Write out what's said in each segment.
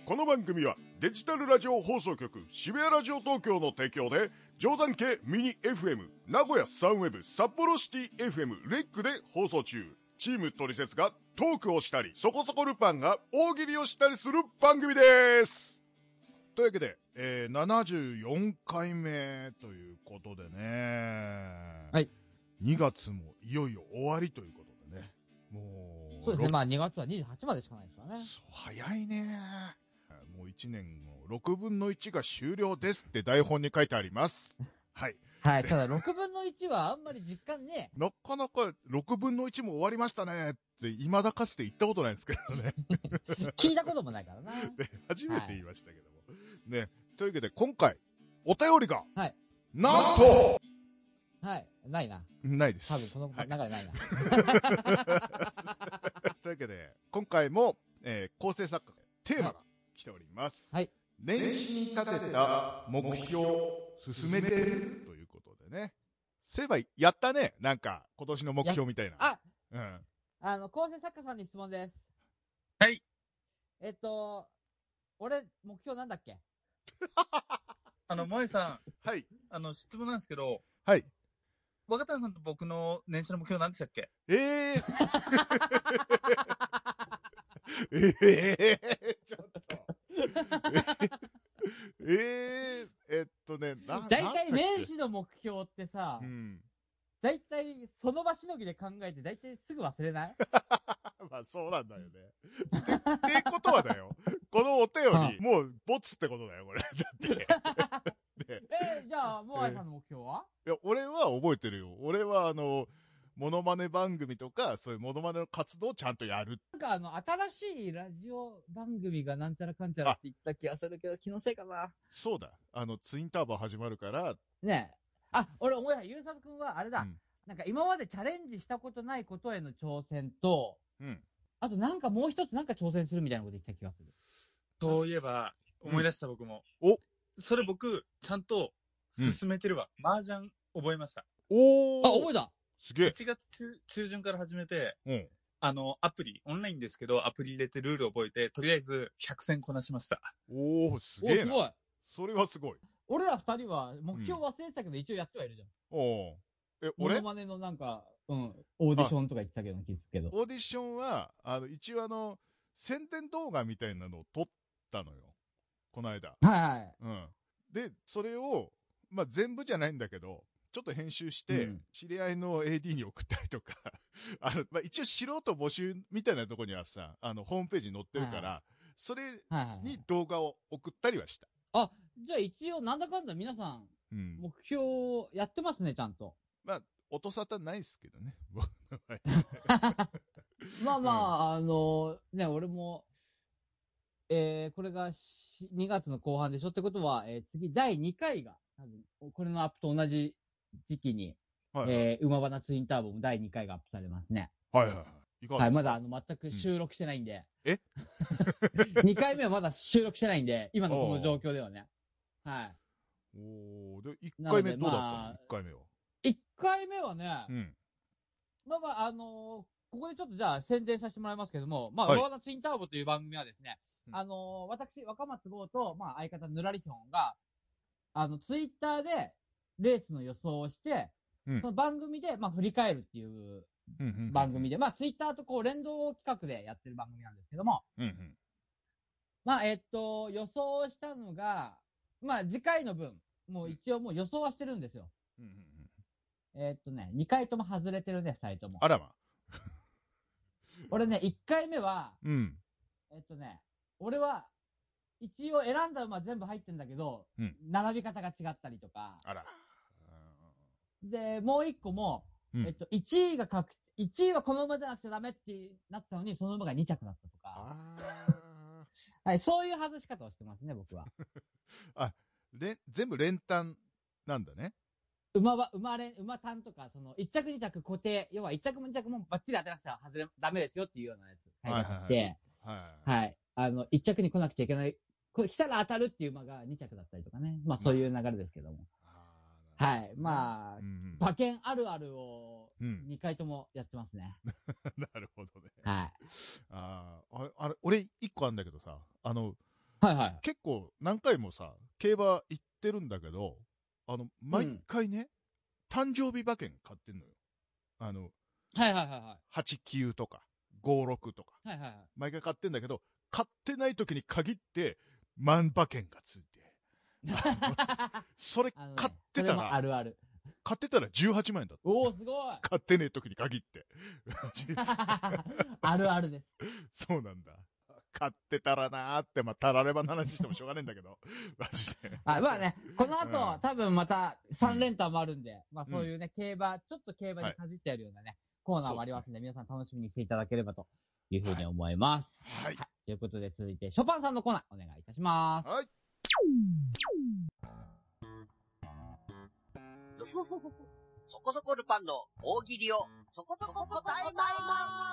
この番組はデジタルラジオ放送局渋谷ラジオ東京の提供で定山系ミニ FM 名古屋サンウェブ札幌シティ FM レックで放送中。チームトリセツがトークをしたりそこそこルパンが大喜利をしたりする番組です。というわけで、74回目ということでね、 はい、 2月もいよいよ終わりということでね、もうそうですね、まあ2月は28までしかないですからね。 そう早いね。もう1年の6分の1が終了ですって台本に書いてあります。はい。 はい、ただ6分の1はあんまり実感ね。 なかなか6分の1も終わりましたねって未だかつて言ったことないんですけどね。 聞いたこともないからな。 で初めて言いましたけども。ね。というわけで今回、お便りが、 はい。 なんとはい、ないな。 ないです。 多分この流れないな。 というわけで、今回も、構成作家、テーマが来ております。 はい。 年始に立てた目標を進めてるということでね。そういえば、やったね。なんか、今年の目標みたいな。 あ、 うん。 構成作家さんに質問です。 はい。 俺、目標なんだっけ？ 萌さはい。 ん、質問なんですけど、 はい。 若田さんと僕の年始の目標何でしたっけ？ ちょっと。 大体年始の目標ってさ、 うん。 大体その場しのぎで考えて大体すぐ忘れない？ まあそうなんだよね。ってことはだよ。このお便り、もうボツってことだよ、これ。だって。 じゃあ、モアイさんの目標は？ いや、俺は覚えてるよ。俺はモノマネ番組とか、そういうモノマネの活動をちゃんとやる。 なんか新しいラジオ番組がなんちゃらかんちゃらって言った気がするけど、気のせいかな。 そうだ。ツインターボ始まるから。 ねえ。あ、俺思い出した。ゆうさとくんはあれだ、なんか今までチャレンジしたことないことへの挑戦と、あとなんかもう一つなんか挑戦するみたいなこと言った気がする。 そういえば、思い出した僕も。それ僕、ちゃんと進めてるわ。麻雀覚えました。 覚えた。 すげえ。 1月中旬から始めて、アプリ、オンラインですけど、アプリ入れてルール覚えて、とりあえず100戦こなしました。 すげえな。 すごい。 それはすごい。 俺ら二人は目標忘れてたけど、一応やってはいるじゃん。モノマネのなんか、オーディションとか言ってたけど、気づくけど。 オーディションは、一応宣伝動画みたいなのを撮ったのよ。この間。 はい。 で、それを、まあ、全部じゃないんだけど、ちょっと編集して、知り合いの AD に送ったりとか、まあ、一応素人募集みたいなとこにはさ、ホームページに載ってるから、それに動画を送ったりはした。 あ、じゃあ一応なんだかんだ皆さん、目標やってますね、ちゃんと。 まあ、音沙汰ないっすけどね。 まあまあ、ね、俺も、これが2月の後半でしょってことは、次第2回が、多分、これのアップと同じ時期に、馬花ツインターボも第2回がアップされますね。はい、まだ全く収録してないんで。2回目はまだ収録してないんで、今のこの状況ではね。はい。 で、1回目どうだったの ?1 回目は。 1回目はね、まあまあ、ここでちょっとじゃあ宣伝させてもらいますけども、まあ、馬花ツインターボという番組はですね、私、若松剛と、まあ、相方ぬらりひょんが、ツイッターでレースの予想をして、その番組で、まあ、振り返るっていう番組で、まあ、ツイッターとこう、連動企画でやってる番組なんですけども、まあ、予想したのが、まあ、次回の分、もう一応もう予想はしてるんですよ。2回とも外れてるね、2人とも。 あらま。 俺ね、1回目は、俺は、一応選んだ馬全部入ってんだけど、並び方が違ったりとか。で、もう1個も、1位はこの馬じゃなくちゃダメってなってたのに、その馬が2着だったとか。はい、そういう外し方をしてますね、僕は。 全部連単なんだね。 馬単とか、1着2着固定、要は1着も2着もバッチリ当てなくちゃダメですよっていうようなやつ、書いてして、はい。1着に来なくちゃいけない、来たら当たるっていう馬が2着だったりとかね。まあそういう流れですけども。はい。まあ、馬券あるあるを2回ともやってますね。 なるほどね。 はい。 俺1個あるんだけどさ、 はいはい。 結構何回もさ、競馬行ってるんだけど、毎回ね、誕生日馬券買ってんのよ。 はいはいはいはい。 89とか、56とか。 はいはいはい。 毎回買ってんだけど、買ってない時に限って、万馬券がついて。それ買ってたら、それもあるある。 買ってたら18万円だった。 おー、すごい。 買ってねえ時に限って。 あるあるです。 そうなんだ。買ってたらなーって、まあ、たらればの話してもしょうがないんだけど。マジで。 まあね、この後、多分また3連単もあるんで、まあそういうね、ちょっと競馬にかじってやるようなね、コーナーもありますんで、皆さん楽しみにしていただければというふうに思います。 はい。 ということで続いて、ショパンさんのコーナー、お願いいたします。はい。 そこそこルパンの大喜利をそこそこ答えます。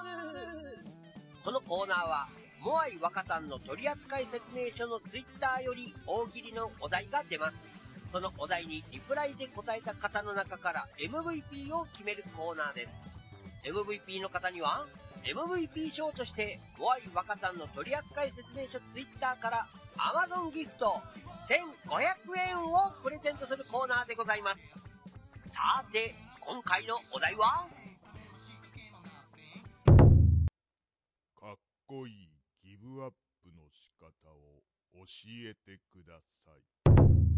このコーナーはモアイ若さんの取扱説明書のツイッターより大喜利のお題が出ます。そのお題にリプライで答えた方の中から MVP を決めるコーナーです。 MVP の方には MVP 賞としてモアイ若さんの取扱説明書ツイッターから Amazon ギフト1500円をプレゼントするコーナーでございます。さて、今回のお題はかっこいいギブアップの仕方を教えてください。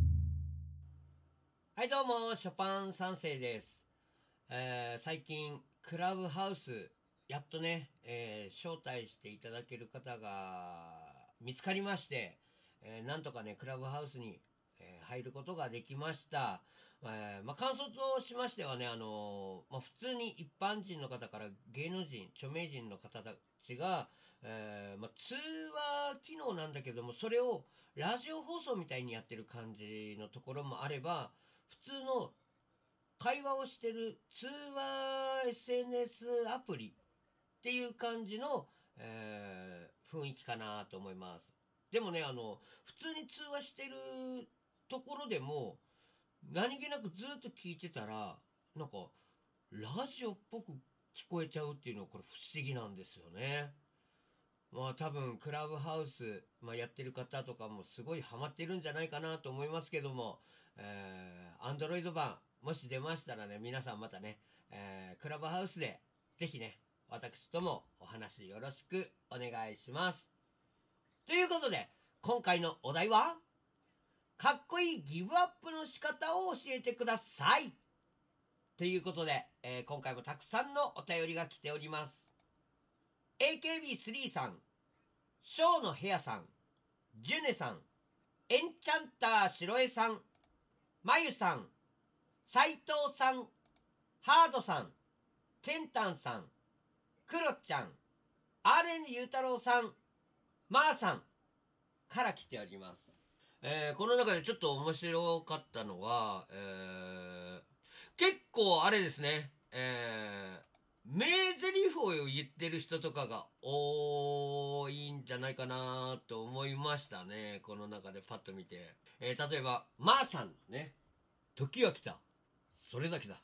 はいどうも、ショパン三世です。最近クラブハウスやっとね、招待していただける方が見つかりまして、なんとかねクラブハウスに、入ることができました。感想としましてはね、普通に一般人の方から芸能人、著名人の方たちが、通話機能なんだけども、それをラジオ放送みたいにやってる感じのところもあれば、普通の会話をしてる通話 SNS アプリっていう感じの、雰囲気かなと思います。でもね、普通に通話してるところでも、何気なくずっと聞いてたら、なんか、ラジオっぽく聞こえちゃうっていうのはこれ不思議なんですよね。まあ多分クラブハウス、やってる方とかもすごいハマってるんじゃないかなと思いますけども、Android 版、もし出ましたらね、皆さんまたね、クラブハウスでぜひね、私ともお話よろしくお願いします。ということで、今回のお題は、かっこいいギブアップの仕方を教えてください。ということで、今回もたくさんのお便りが来ております。AKB3 さん、ショーのヘアさん、ジュネさん、エンチャンターシロエさん、マユさん、斉藤さん、ハードさん、ケンタンさん、クロちゃん、RN ゆうたろうさん、マーさんから来ております。この中でちょっと面白かったのは、結構あれですね、名台詞を言ってる人とかが多いんじゃないかなと思いましたね。この中でパッと見て。例えば、マーさんのね、時は来た。それだけだ。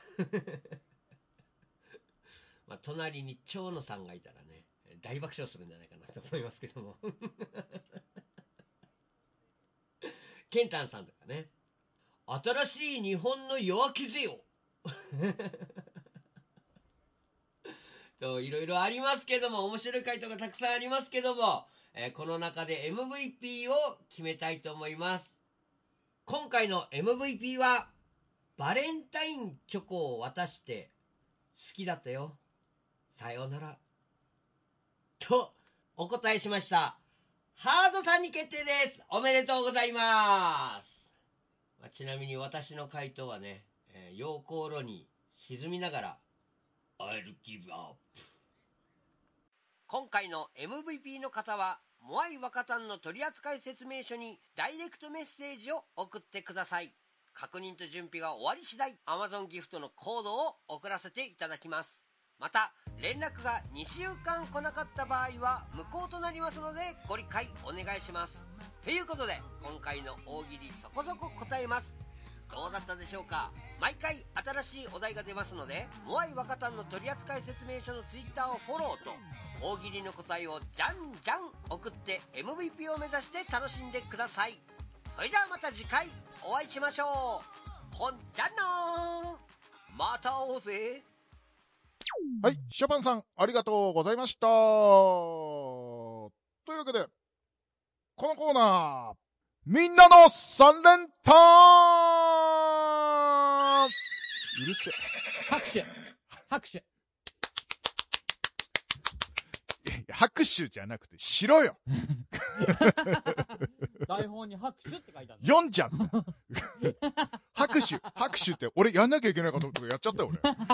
隣に蝶野さんがいたらね、大爆笑するんじゃないかなと思いますけども。ケンタンさんとかね、新しい日本の夜明けぜよ。といろいろありますけども、面白い回答がたくさんありますけども、この中で MVP を決めたいと思います。今回の MVP は、バレンタインチョコを渡して好きだったよ。さようなら。とお答えしました。ハードさんに決定です。おめでとうございます。ちなみに私の回答はね、溶鉱炉に沈みながら I'll give up。 今回の MVP の方はモアイ若旦の取扱説明書にダイレクトメッセージを送ってください。確認と準備が終わり次第 Amazon ギフトのコードを送らせていただきます。また連絡が2週間来なかった場合は無効となりますのでご理解お願いします。ということで今回の大喜利そこそこ答えます。どうだったでしょうか。 毎回新しいお題が出ますので、モアイ若旦の取扱説明書のツイッターをフォローと、大喜利の答えをじゃんじゃん送って MVP を目指して楽しんでください。それではまた次回お会いしましょう。ほんじゃんのまた会おうぜ。 はい、ショパンさん、ありがとうございました。というわけで、このコーナー、みんなの3連単うるせえ。 拍手拍手拍手じゃなくて、しろよ台本に拍手って書いてある。 読んじゃった拍手って、俺やんなきゃいけないかと思ったからやっちゃったよ、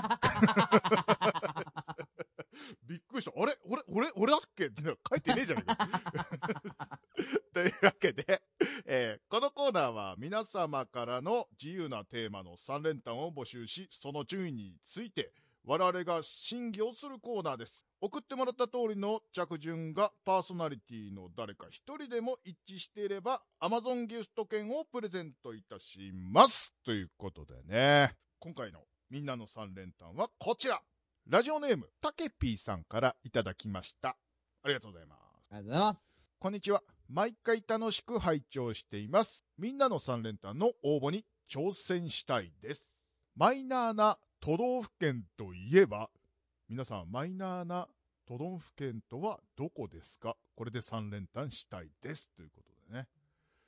俺。びっくりした。あれ俺だっけって書いてねえじゃねえか。というわけで、このコーナーは皆様からの自由なテーマの3連単を募集し、その順位について我々が審議をするコーナーです。送ってもらった通りの着順がパーソナリティの誰か一人でも一致していれば Amazon ギフト券をプレゼントいたします。ということでね、今回のみんなの3連単はこちら。ラジオネームたけぴーさんからいただきました。ありがとうございます。 ありがとうございます。 こんにちは。毎回楽しく拝聴しています。みんなの3連単の応募に挑戦したいです。マイナーな都道府県といえば、皆さんマイナーな都道府県とはどこですか？これで3連単したいです。ということでね。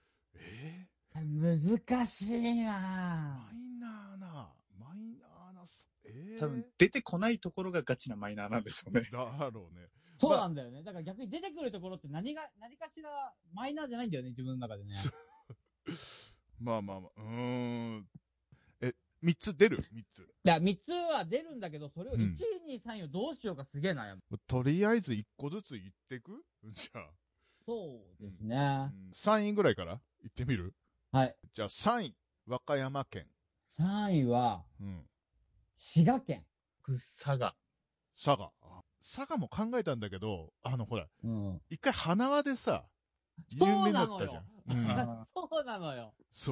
難しいなマイナーな、 多分出てこないところがガチなマイナーなんでしょうね。 だろうね。 そうなんだよね。だから逆に出てくるところって何かしらマイナーじゃないんだよね、自分の中でね。 まあ。3つ出る ?3 つ。 いや、3つは出るんだけど、それを1位、2位、3位をどうしようかすげえ悩む。 とりあえず1個ずつ言ってく？じゃあ。 そうですね。 3位ぐらいから言ってみる？ はい。 じゃあ3位、和歌山県。 3位は、滋賀県。 佐賀。 佐賀も考えたんだけど、ほら、一回花輪でさ、 有名になったじゃん。 そうなのよ。 そう。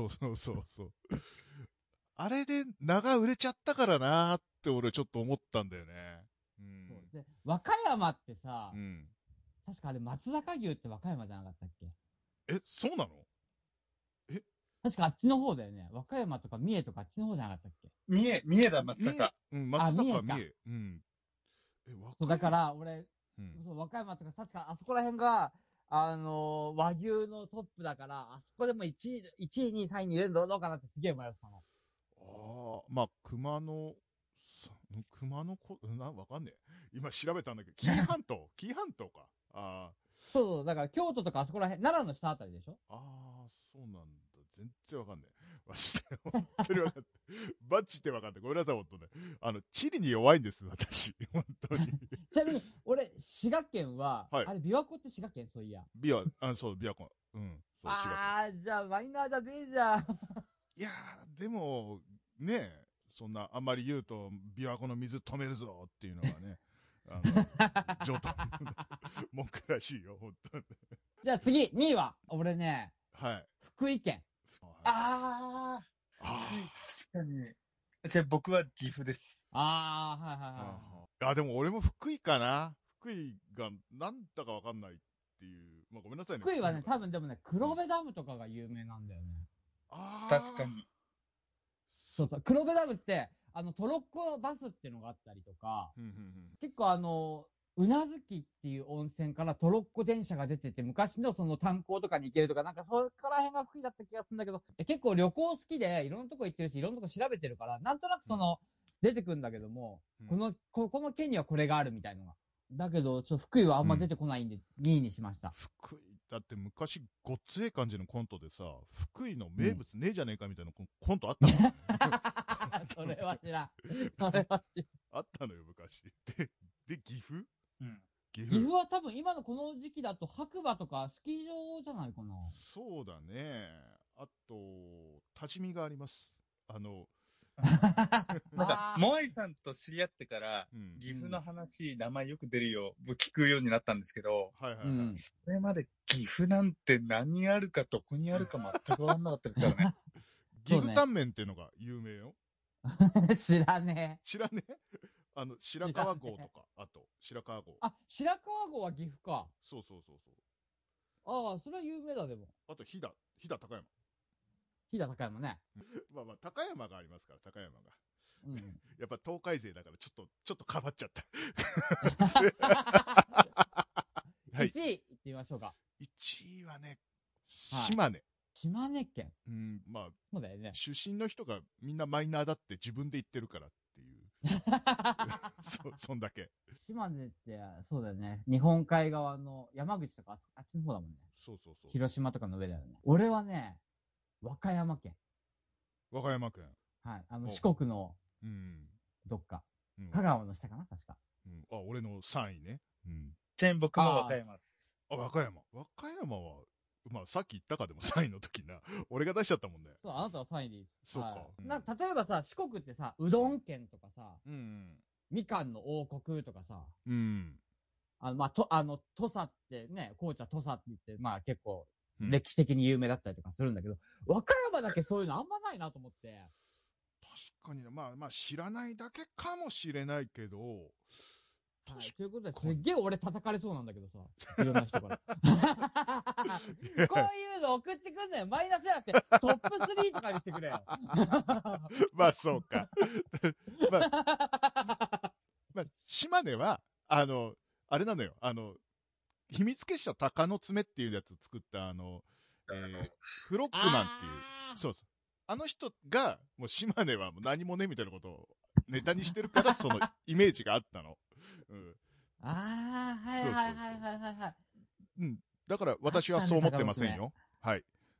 あれで名が売れちゃったからなーって俺ちょっと思ったんだよね。 で和歌山ってさ、確かあれ松坂牛って和歌山じゃなかったっけ？ そうなの？ 確かあっちの方だよね。和歌山とか三重とかあっちの方じゃなかったっけ？ 三重だ、松坂。 松坂三重。 そう、だから、俺、和歌山とか確かあそこら辺が、和牛のトップだから、あそこでも1位、2位、3位に入れるのどうかなってすげえ迷ってたの。 まあ、熊野わかんねえ。今調べたんだけど、紀伊半島か。 そう、だから京都とかあそこら辺、奈良の下あたりでしょ？ そうなんだ。全然わかんねえ。本当にわかんない。バッチってわかんない。ごめんなさい、本当ね。地理に弱いんです、私。本当に。 ちなみに、俺、滋賀県は、あれ、琵琶湖って滋賀県？そういや。 琵琶湖。 じゃあ、マイナーじゃねえじゃん。 いやー、でも、ねえ、そんな、あんまり言うと、琵琶湖の水止めるぞっていうのがね、上等、文句らしいよ、本当に。 じゃあ次、2位は、俺ね、福井県。 確かに。じゃあ僕は岐阜です。 でも俺も福井かな。福井がなんだかわかんないっていう。まあごめんなさいね。 福井はね、多分でもね、黒部ダムとかが有名なんだよね。 確かに。 そう、黒部ダムって、トロッコバスっていうのがあったりとか、結構うなずきっていう温泉からトロッコ電車が出てて、昔のその炭鉱とかに行けるとか、なんかそこら辺が福井だった気がするんだけど、結構旅行好きで、いろんなとこ行ってるし、いろんなとこ調べてるから、なんとなく出てくるんだけども、ここの県にはこれがあるみたいのが。だけど、福井はあんま出てこないんで、2位にしました。 福井、だって昔、ごっつええ感じのコントでさ、福井の名物ねえじゃねえかみたいなコントあったの、ねそれは知らん。 あったのよ、昔。で、岐阜？ 岐阜は多分今のこの時期だと白馬とかスキー場じゃないかな。 そうだね。あと、多治見があります。 なんか、モアイさんと知り合ってから、岐阜の話、名前よく出るよ、聞くようになったんですけど、それまで岐阜なんて何あるかどこにあるか全くわかんなかったですからね。 岐阜タンメンっていうのが有名よ。 知らね知らねえ白川郷とか、あと、白川郷。 あ、白川郷は岐阜か。 そうそうそうそう。 ああ、それは有名だ、でも。 あと、飛騨高山。 飛騨高山ね。 まあまあ、高山がありますから、高山が。 うん。 やっぱ東海勢だからちょっとかばっちゃった。 はい。1位いってみましょうか。 1位はね、島根。 島根県。 まあ、 そうだよね。 出身の人がみんなマイナーだって自分で言ってるからっていう。そんだけ。 島根って、そうだよね。日本海側の山口とかあっちの方だもんね。 そうそうそう。 広島とかの上だよね。俺はね、和歌山県。 和歌山県。 はい。四国の、どっか。香川の下かな確か。 俺の3位ね。 僕も和歌山です。 和歌山は、まあ、さっき言ったかでも3位の時な。俺が出しちゃったもんね。 そう、あなたは3位でいい。 そうか。 例えばさ、四国ってさ、うどん県とかさ、みかんの王国とかさ、まあ、土佐ってね、高知は土佐って言って、まあ結構、歴史的に有名だったりとかするんだけど、和歌山だけそういうのあんまないなと思って。 確かに、まあ知らないだけかもしれないけど、 はい、ということで、すっげえ俺叩かれそうなんだけどさ。いろんな人から。こういうの送ってくんなよ。マイナスじゃなくて、トップ3とかにしてくれよ。 まあ、そうか。まあ、島根は、あれなのよ。秘密結社鷹の爪っていうやつを作ったフロックマンっていう。そうそう。あの人が、もう島根はもう何もねみたいなことをネタにしてるから、そのイメージがあったの。 はいはいはいはい。 だから私はそう思ってませんよ。はい。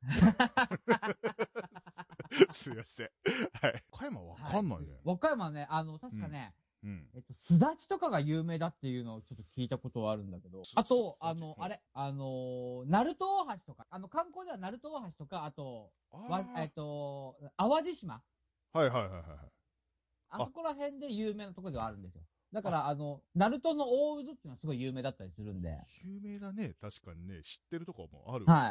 すいません。はい。和歌山わかんないね。 和歌山ね、確かね、すだちとかが有名だっていうのをちょっと聞いたことはあるんだけど、あと、鳴門大橋とか、観光では鳴門大橋とか、あと、淡路島。 はい。 あそこら辺で有名なところではあるんですよ。だから、鳴門の大渦っていうのはすごい有名だったりするんで。 有名だね。確かにね。知ってるとこもある。 はい。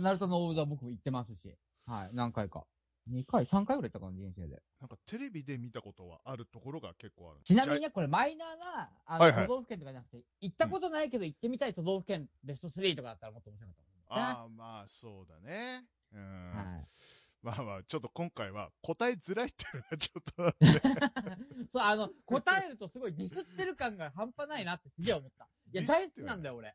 鳴門の大渦は僕も行ってますし。はい。何回か。2回、3回ぐらい行ったかな、人生で。 なんかテレビで見たことはあるところが結構ある。 ちなみにね、これマイナーな、都道府県とかじゃなくて、行ったことないけど行ってみたい都道府県ベスト3とかだったらもっと面白かった。 まあ、そうだね。 はい。 まあ、ちょっと今回は答えづらいっていうのはちょっとなんで。そう、答えるとすごいディスってる感が半端ないなってすげえ思った。いや、大好きなんだよ、俺。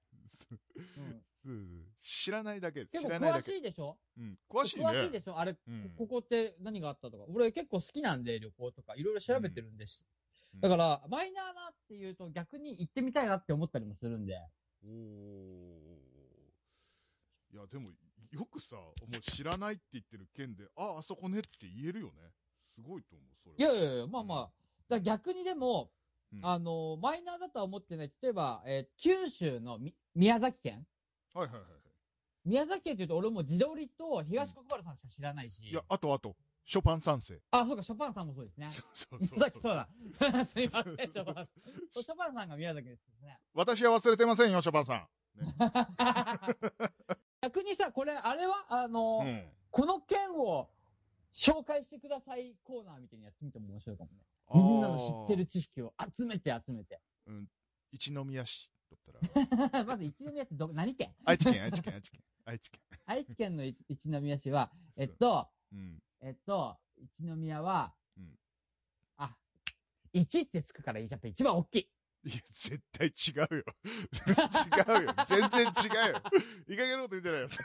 知らないだけ。 結構詳しいでしょ？ 詳しいね。 詳しいでしょ？あれ、ここって何があったとか。俺結構好きなんで、旅行とか、いろいろ調べてるんです。だから、マイナーなっていうと逆に行ってみたいなって思ったりもするんで。 いや、でも、よくさ、もう知らないって言ってる県で、あそこねって言えるよね。すごいと思う、それ。 いや、まあまあ。だ逆にでも、マイナーだとは思ってない。例えば、九州の宮崎県。 はい。 宮崎県って言うと、俺も地鶏と東国原さんしか知らないし。 いや、あと、ショパン三世。 そうか、ショパンさんもそうですね。そうだ。すいません、ショパン。ショパンさんが宮崎ですね。 私は忘れてませんよ、ショパンさん。 逆にさ、これ、あれはこの県を紹介してくださいコーナーみたいにやってみても面白いかもね。みんなの知ってる知識を集めて。 一宮市だったら。 まず一宮って何県？ 愛知県。 愛知県の一宮市は、一宮は、1ってつくからやっぱ一番大きい。 いや、絶対違うよ。違うよ。全然違うよ。いい加減なこと言ってないよ。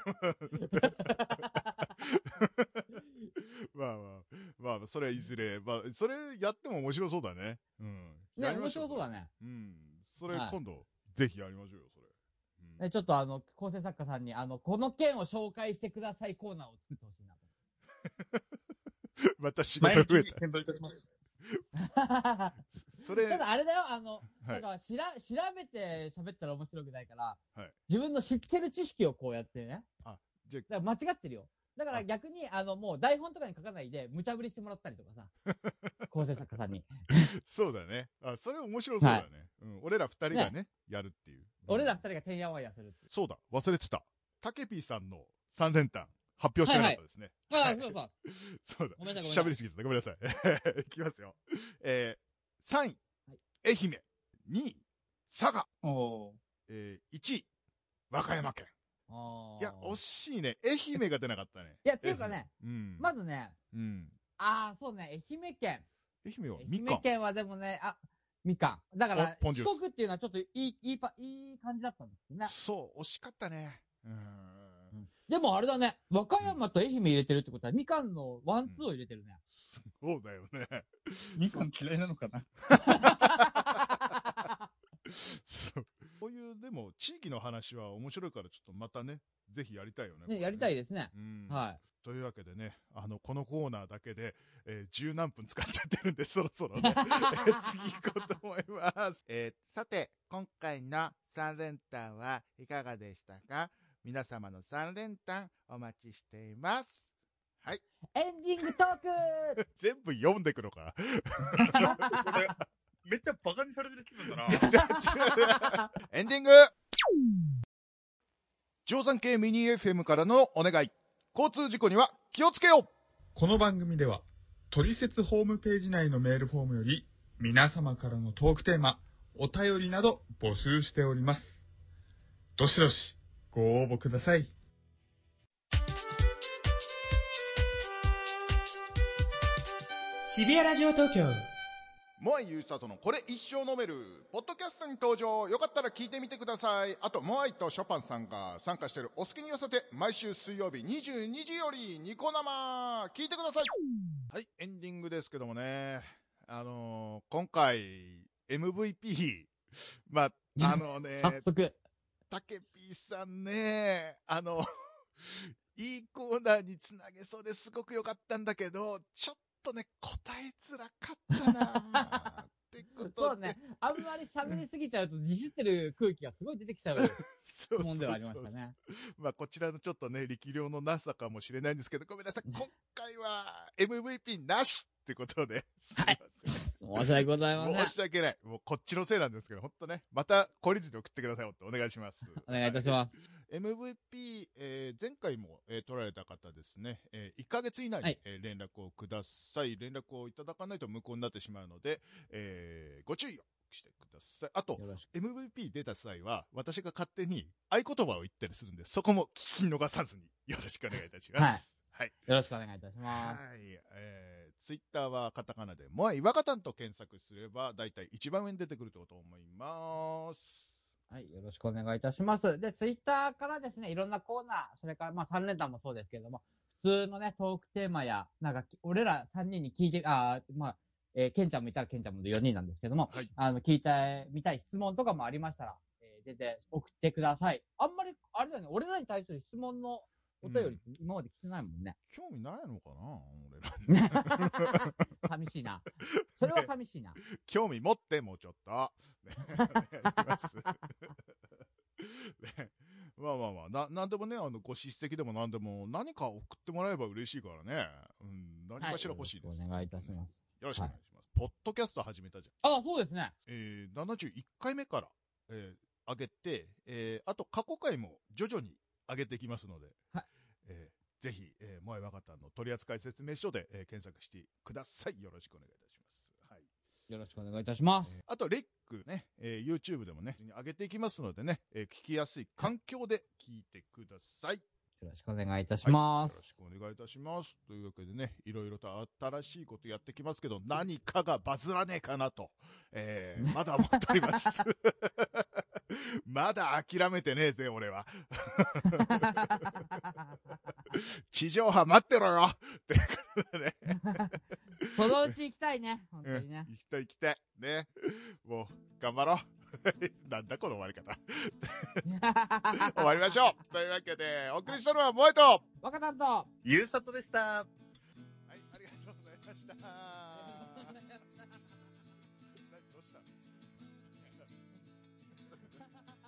まあ、それはいずれ。まあ、それやっても面白そうだね。 ね、面白そうだね。 それ今度、ぜひやりましょうよ、それ。 ちょっと構成作家さんに、この件を紹介してくださいコーナーを作ってほしいなと。 また仕事増えた。 検討いたします。 それ。 ただあれだよ、だから調べて喋ったら面白くないから、自分の知ってる知識をこうやってね。だから間違ってるよ。だから逆に、もう台本とかに書かないで、無茶ぶりしてもらったりとかさ。構成作家さんに。 そうだね。それ面白そうだね。俺ら二人がね、やるっていう。 俺ら二人がてんやわんやするっていう。 そうだ、忘れてた。たけぴーさんの3連単。 発表してなかったですね。 はいはい、そうそうだ。喋りすぎてた。ごめんなさい。いきますよ。3位、愛媛。2位、佐賀。1位、和歌山県。いや、惜しいね。愛媛が出なかったね。 いや、っていうかね、まずね、そうね、愛媛県。 愛媛はみかん。 愛媛県はでもね、みかん。だから、四国っていうのはちょっといい感じだったんですね。 そう、惜しかったね。 でもあれだね、和歌山と愛媛入れてるってことは、みかんのワンツーを入れてるね。 そうだよね。 みかん嫌いなのかなそう。こういう、でも、地域の話は面白いから、ちょっとまたね、ぜひやりたいよね。 やりたいですね。はい。 というわけでね、このコーナーだけで、十何分使っちゃってるんで、そろそろね、次行こうと思います。さて、今回の3連単はいかがでしたか？皆様の3連単お待ちしています。はい。 エンディングトーク全部読んでくのかめっちゃバカにされてる気分だな。 エンディング定山系ミニ FM からのお願い。交通事故には気をつけよう。 この番組では、トリセツホームページ内のメールフォームより、皆様からのトークテーマ、お便りなど募集しております。どしどしご応募ください。 渋谷ラジオ東京。 モアイユースターとのこれ一生飲めるポッドキャストに登場。よかったら聞いてみてください。あとモアイとショパンさんが参加しているお好きに寄せて毎週水曜日22時よりニコ生聞いてください。はい、エンディングですけどもね、今回 MVP まあ早速たけぴーさんね、いいコーナーにつなげそうですごく良かったんだけど、ちょっとね、答えづらかったなってことそうね、あんまり喋りすぎちゃうとディスってる空気がすごい出てきちゃうもんではありましたね。 まあこちらのちょっとね、力量のなさかもしれないんですけど、ごめんなさい、今回は MVP なしってことで。 はい。申し訳ございません。 申し訳ない。もうこっちのせいなんですけど、ほんとね、また懲りずに送ってくださいよってお願いします。 お願いいたします。 MVP、前回も、取られた方ですね、1ヶ月以内に、連絡をください。連絡をいただかないと無効になってしまうので、ご注意をしてください。あと、MVP 出た際は、私が勝手に合言葉を言ったりするんで、そこも聞き逃さずによろしくお願いいたします。はい。 よろしくお願いいたします。 はい。ツイッターはカタカナで、モアイワカタンと検索すれば、だいたい一番上に出てくると思います。 はい。よろしくお願いいたします。で、ツイッターからですね、いろんなコーナー、それから、まあ、3連単もそうですけれども、普通のね、トークテーマや、なんか、俺ら3人に聞いて、ケンちゃんもいたらケンちゃんも4人なんですけども、はい、聞いてみたい質問とかもありましたら、出て送ってください。あんまり、あれだよね、俺らに対する質問のお便りって今まで来てないもんね。 興味ないのかな俺ら。 寂しいな。それは寂しいな。 興味持って、もうちょっと。ね、お願いします。ね、まあ、なんでもね、ご叱責でもなんでも、何か送ってもらえば嬉しいからね。うん、何かしら欲しいです。 はい、お願いいたします。 よろしくお願いします。ポッドキャスト始めたじゃん。あ、そうですね。 71回目から、上げて、あと過去回も徐々に上げていきますので、はい。ぜひ、モアイワカタンの取扱説明書で、検索してください。よろしくお願いいたします。はい。 よろしくお願いいたします。 あと、レックね、YouTube でもね、上げていきますのでね、聞きやすい環境で聞いてください。 よろしくお願いいたします。 はい、よろしくお願いいたします。というわけでね、いろいろと新しいことやってきますけど、何かがバズらねえかなと、まだ思っております。まだ諦めてねえぜ、俺は。地上波待ってろよってことでね。 そのうち行きたいね、本当にね。 行きたい。ね。もう、頑張ろう。なんだこの終わり方。終わりましょう。というわけで、お送りしたのはモエと、 ワカタンと、 ゆうさとでした。はい、 ありがとうございました。どうした